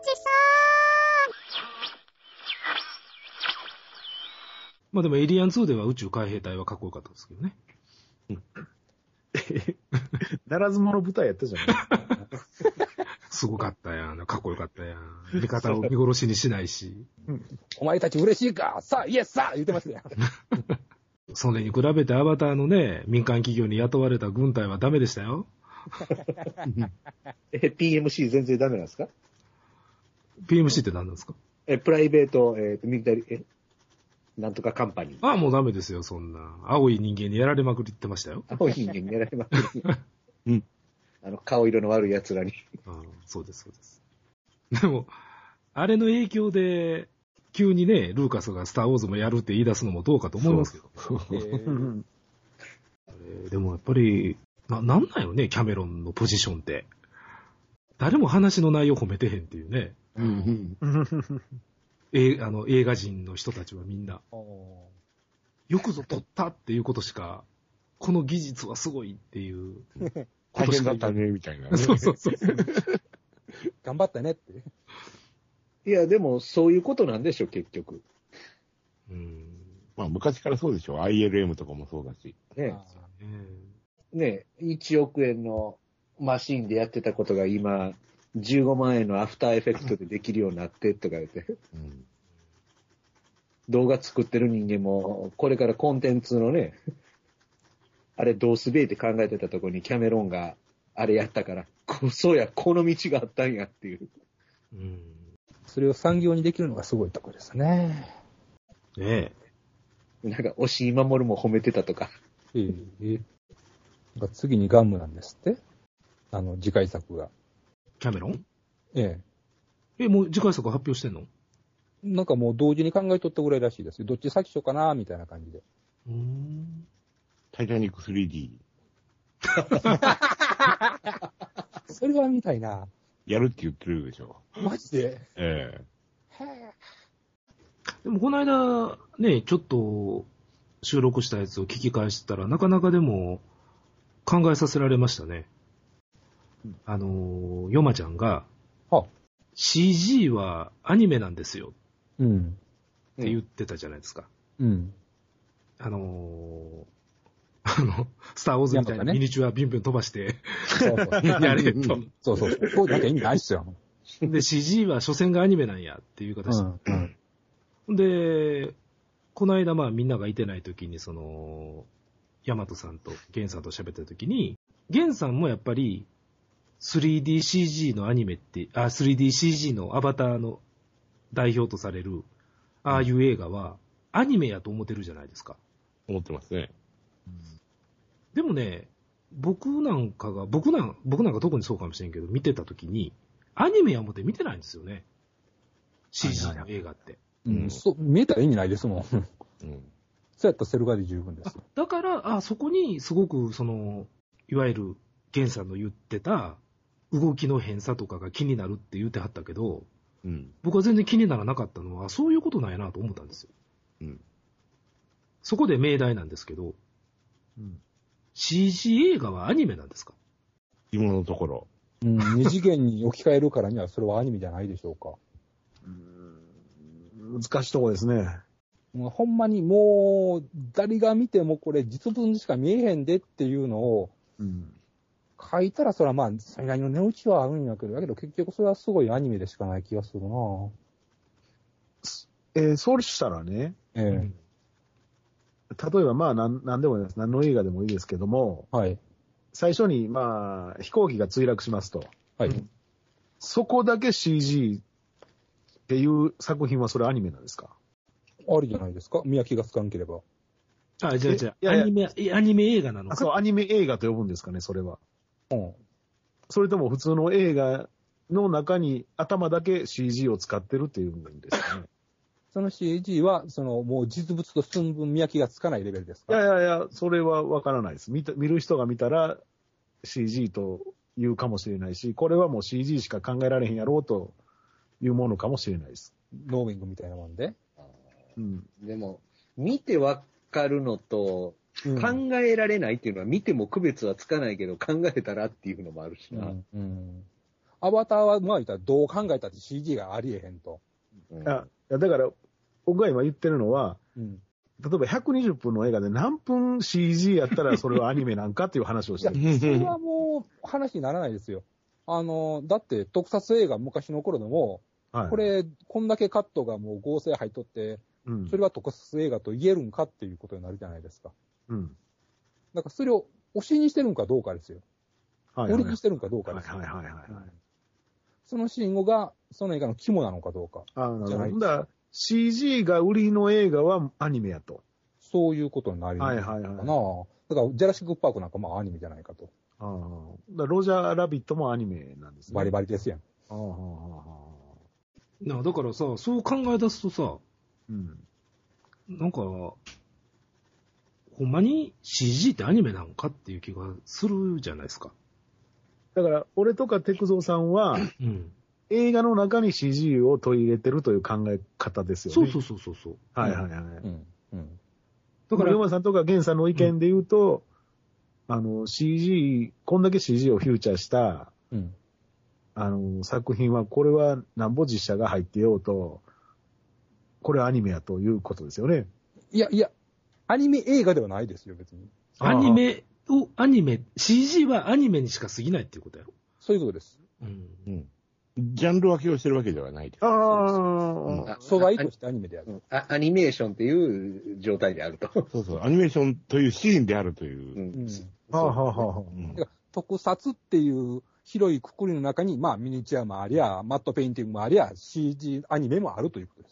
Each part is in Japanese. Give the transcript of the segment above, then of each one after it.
さまあでもエイリアン2では宇宙海兵隊はかっこよかったですけどね。 ならず者舞台やったじゃないすごかったやん。かっこよかったやん。味方を見殺しにしないし。 お前たち嬉しいかさあ、イエスさあ言ってましたよ。 それに比べてアバターのね、民間企業に雇われた軍隊はダメでしたよ。 PMC 全然ダメなんですか？ PMC って何なんですか？ プライベート、ミリタリー、なんとかカンパニー。 ああ、もうダメですよ、そんな。青い人間にやられまくりってましたよ。 青い人間にやられまくり。うん。顔色の悪い奴らに。 ああ、そうです、そうです。でも、あれの影響で、急にね、ルーカスがスターウォーズもやるって言い出すのもどうかと思いますけど。でもやっぱり、なんなんよね、キャメロンのポジションって。誰も話の内容褒めてへんっていうね。映画人の人たちはみんな。よくぞ撮ったっていうことしか、この技術はすごいっていう。 大変だったね、みたいな、ね。 そうそうそう。 頑張ったねって。 いや、でも、そういうことなんでしょ、結局。 まあ、昔からそうでしょ。ILM とかもそうだし。 ね、1億円のマシンでやってたことが今、15万円のアフターエフェクトでできるようになってとか言って。動画作ってる人間も、これからコンテンツのね、あれどうすべえって考えてたところにキャメロンがあれやったから、そうや、この道があったんやっていう。 それを産業にできるのがすごいところですね。 ねえ。なんか、押井守も褒めてたとか。 なんか次にガンムなんですって？次回作が。 キャメロン？ ええ。もう次回作発表してんの？ なんかもう同時に考えとったぐらいらしいですよ。どっち先しようかなみたいな感じで。 タイタニック 3D。 それは見たいな。 やるって言ってるでしょ。 マジで？ でもこの間、ね、ちょっと収録したやつを聞き返したら、なかなかでも考えさせられましたね。ヨマちゃんが、CG はアニメなんですよ。って言ってたじゃないですか。スターウォーズみたいなミニチュアビュンビュン飛ばして、やれと。 そうそう。そうだけ意味ないっすよ。 で、CG は所詮がアニメなんやっていう形で、この間みんながいてない時に、ヤマトさんとゲンさんと喋った時に、ゲンさんもやっぱり 3DCG のアニメって、3DCG のアバターの代表とされる、ああいう映画はアニメやと思ってるじゃないですか。 思ってますね。 でもね、僕なんか特にそうかもしれんけど、見てた時に、アニメや思って見てないんですよね。CG の映画って。 見えたら意味ないですもん。そうやったらセル画で十分です。 だから、そこにすごく、いわゆる、ゲンさんの言ってた、動きの変さとかが気になるって言ってはったけど、僕は全然気にならなかったのは、そういうことなんやなと思ったんですよ。そこで命題なんですけど、CG 映画はアニメなんですか？ 今のところ。 二次元に置き換えるからにはそれはアニメじゃないでしょうか。 難しいとこですね。 ほんまにもう、誰が見てもこれ実物しか見えへんでっていうのを、書いたらそれはそれなりの値打ちはあるんやけど、だけど結局それはすごいアニメでしかない気がするな。 そうしたらね、例えば何でもいいです。何の映画でもいいですけども、最初に飛行機が墜落しますと。そこだけ CG っていう作品はそれアニメなんですか？ ありじゃないですか？見分けがつかんければ。 アニメ映画なのか？ そう、アニメ映画と呼ぶんですかね、それは。それとも普通の映画の中に頭だけ CG を使ってるっていうんですかね。 その CG は、もう実物と寸分見分けがつかないレベルですか？ いや、それはわからないです。見る人が見たら CG と言うかもしれないし、これはもう CG しか考えられへんやろうというものかもしれないです。 ノーウィングみたいなもんで。 でも、見てわかるのと、考えられないっていうのは見ても区別はつかないけど考えたらっていうのもあるしな。 アバターは、まあ言ったらどう考えたって CG がありえへんと。 だから、僕が今言ってるのは、例えば120分の映画で何分 CG やったらそれはアニメなんかっていう話をしてる。 それはもう話にならないですよ。だって特撮映画昔の頃でも、はい、これ、こんだけカットがもう合成入っとって、それは特撮映画と言えるんかっていうことになるじゃないですか。だからそれを推しにしてるんかどうかですよ。売りにしてるんかどうかですよ。そのシーンが、その映画の肝なのかどうか。 じゃないですか。CG が売りの映画はアニメやと。 そういうことになりますかな。だから、ジャラシック・パークなんかまあアニメじゃないかと。 ロジャー・ラビットもアニメなんですね。 バリバリですやん。 だからさ、そう考え出すとさ、なんか、ほんまに CG ってアニメなんかっていう気がするじゃないですか。 だから、俺とかテクゾーさんは、映画の中に CG を取り入れてるという考え方ですよね。 そう。 はい。だから、山さんとかゲンさんの意見で言うと、CG、こんだけ CG をフューチャーした、作品は、これはなんぼ実写が入ってようと、これはアニメやということですよね。 いや、アニメ映画ではないですよ、別に。 CG はアニメにしか過ぎないっていうことやろ？ そういうことです。 ジャンル分けをしてるわけではないです。 素材としてアニメである。 アニメーションっていう状態であると。 そう、アニメーションというシーンであるという。 特撮っていう広い括りの中に、まあミニチュアもありゃ、マットペインティングもありゃ、CG アニメもあるということです。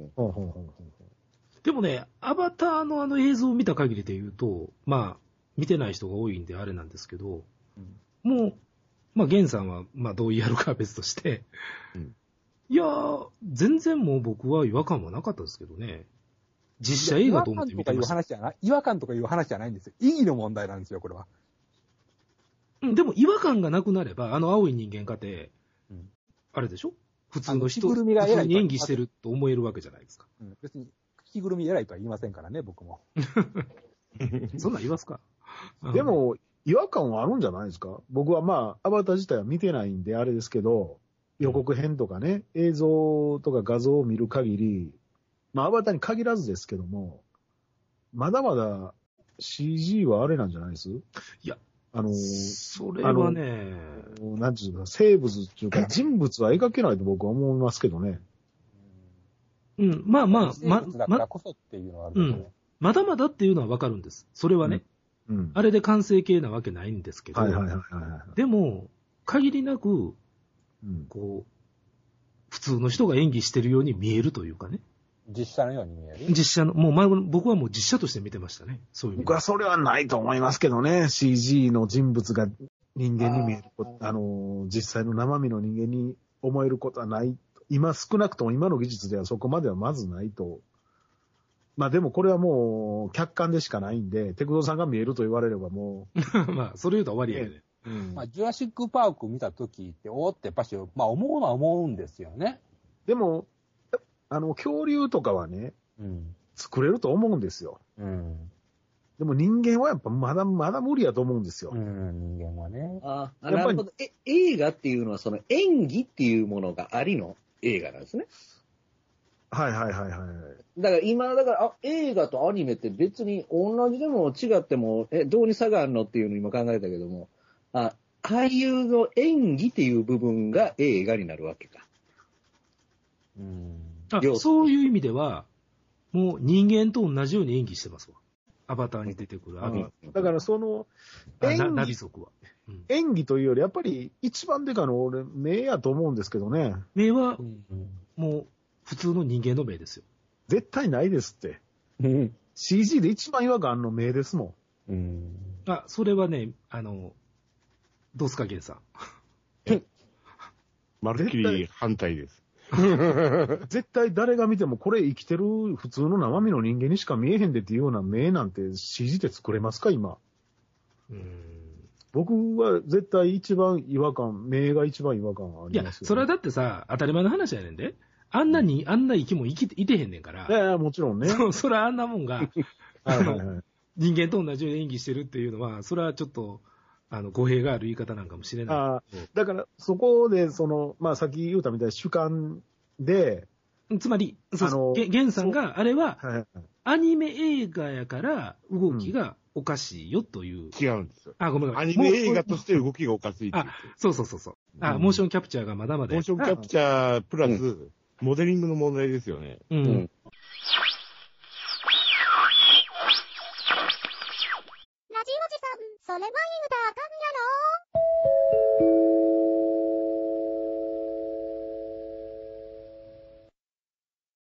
でもね、アバターの映像を見た限りで言うと、まあ、見てない人が多いんであれなんですけど、もう、まあ、ゲンさんは、まあ、どうやるかは別として、いやー、全然もう僕は違和感はなかったですけどね。実写映画と思って見てました。 違和感とかいう話じゃないんですよ。意義の問題なんですよ、これは。 でも違和感がなくなれば、青い人間かって、あれでしょ？普通の人、普通に演技してると思えるわけじゃないですか。 別に、着ぐるみ偉いとは言いませんからね、僕も。 そんなん言いますか？ でも、違和感はあるんじゃないですか？僕はまあ、アバター自体は見てないんであれですけど、予告編とかね、映像とか画像を見る限り、まあ、アバターに限らずですけども、まだまだ CG はあれなんじゃないです？いや、それはね、 なんていうか、生物っていうか、人物は描けないと僕は思いますけどね。 まあまあ、 生物だからこそっていうのはあるんですね。 まだまだっていうのはわかるんです。それはね。あれで完成形なわけないんですけど、でも、限りなく、こう、普通の人が演技してるように見えるというかね。 実写のように見える？ 実写の、僕はもう実写として見てましたね。そういう。 僕はそれはないと思いますけどね。CG の人物が人間に見えること、実際の生身の人間に思えることはない。少なくとも今の技術ではそこまではまずないと。まあでもこれはもう客観でしかないんで、テクノさんが見えると言われればもう。まあ、それ言うと終わりやね。 まあ、ジュラシックパーク見たときって、おーってやっぱし、まあ思うのは思うんですよね。 でも、恐竜とかはね、作れると思うんですよ。でも人間はやっぱまだ無理やと思うんですよ。 人間はね。 なるほど。映画っていうのはその演技っていうものがありの映画なんですね。 はい。 だから今、映画とアニメって別に同じでも違っても、どうに差があるのっていうのを今考えたけども、俳優の演技っていう部分が映画になるわけか。 そういう意味では、もう人間と同じように演技してますわ。アバターに出てくる。 だからその、 ナビ族は。 演技というより、やっぱり一番でかの俺、目やと思うんですけどね。 目は、もう、普通の人間の目ですよ。 絶対ないですって。CG で一番違和感あるの目ですもん。それはね、どうすか、ゲンさん。 まるっきり反対です。 絶対誰が見てもこれ生きてる普通の生身の人間にしか見えへんでっていうような目なんて CG で作れますか、今。僕は絶対目が一番違和感ありますよ、ね。いや、 それはだってさ、当たり前の話やねんで。あんな生き物いてへんねんから。 いや、もちろんね。 それはあんなもんが、人間と同じように演技してるっていうのは、それはちょっと、 語弊がある言い方なんかもしれない。 だから、そこで、まあ、さっき言うたみたいな主観で、 つまり、ゲンさんが、あれは、アニメ映画やから動きがおかしいよという。 違うんですよ。 ごめん。 アニメ映画として動きがおかしいって。 そう。モーションキャプチャーがまだまだ。 モーションキャプチャープラス、モデリングの問題ですよね。 うん。ラジオジさん、それは言うたらあかんやろ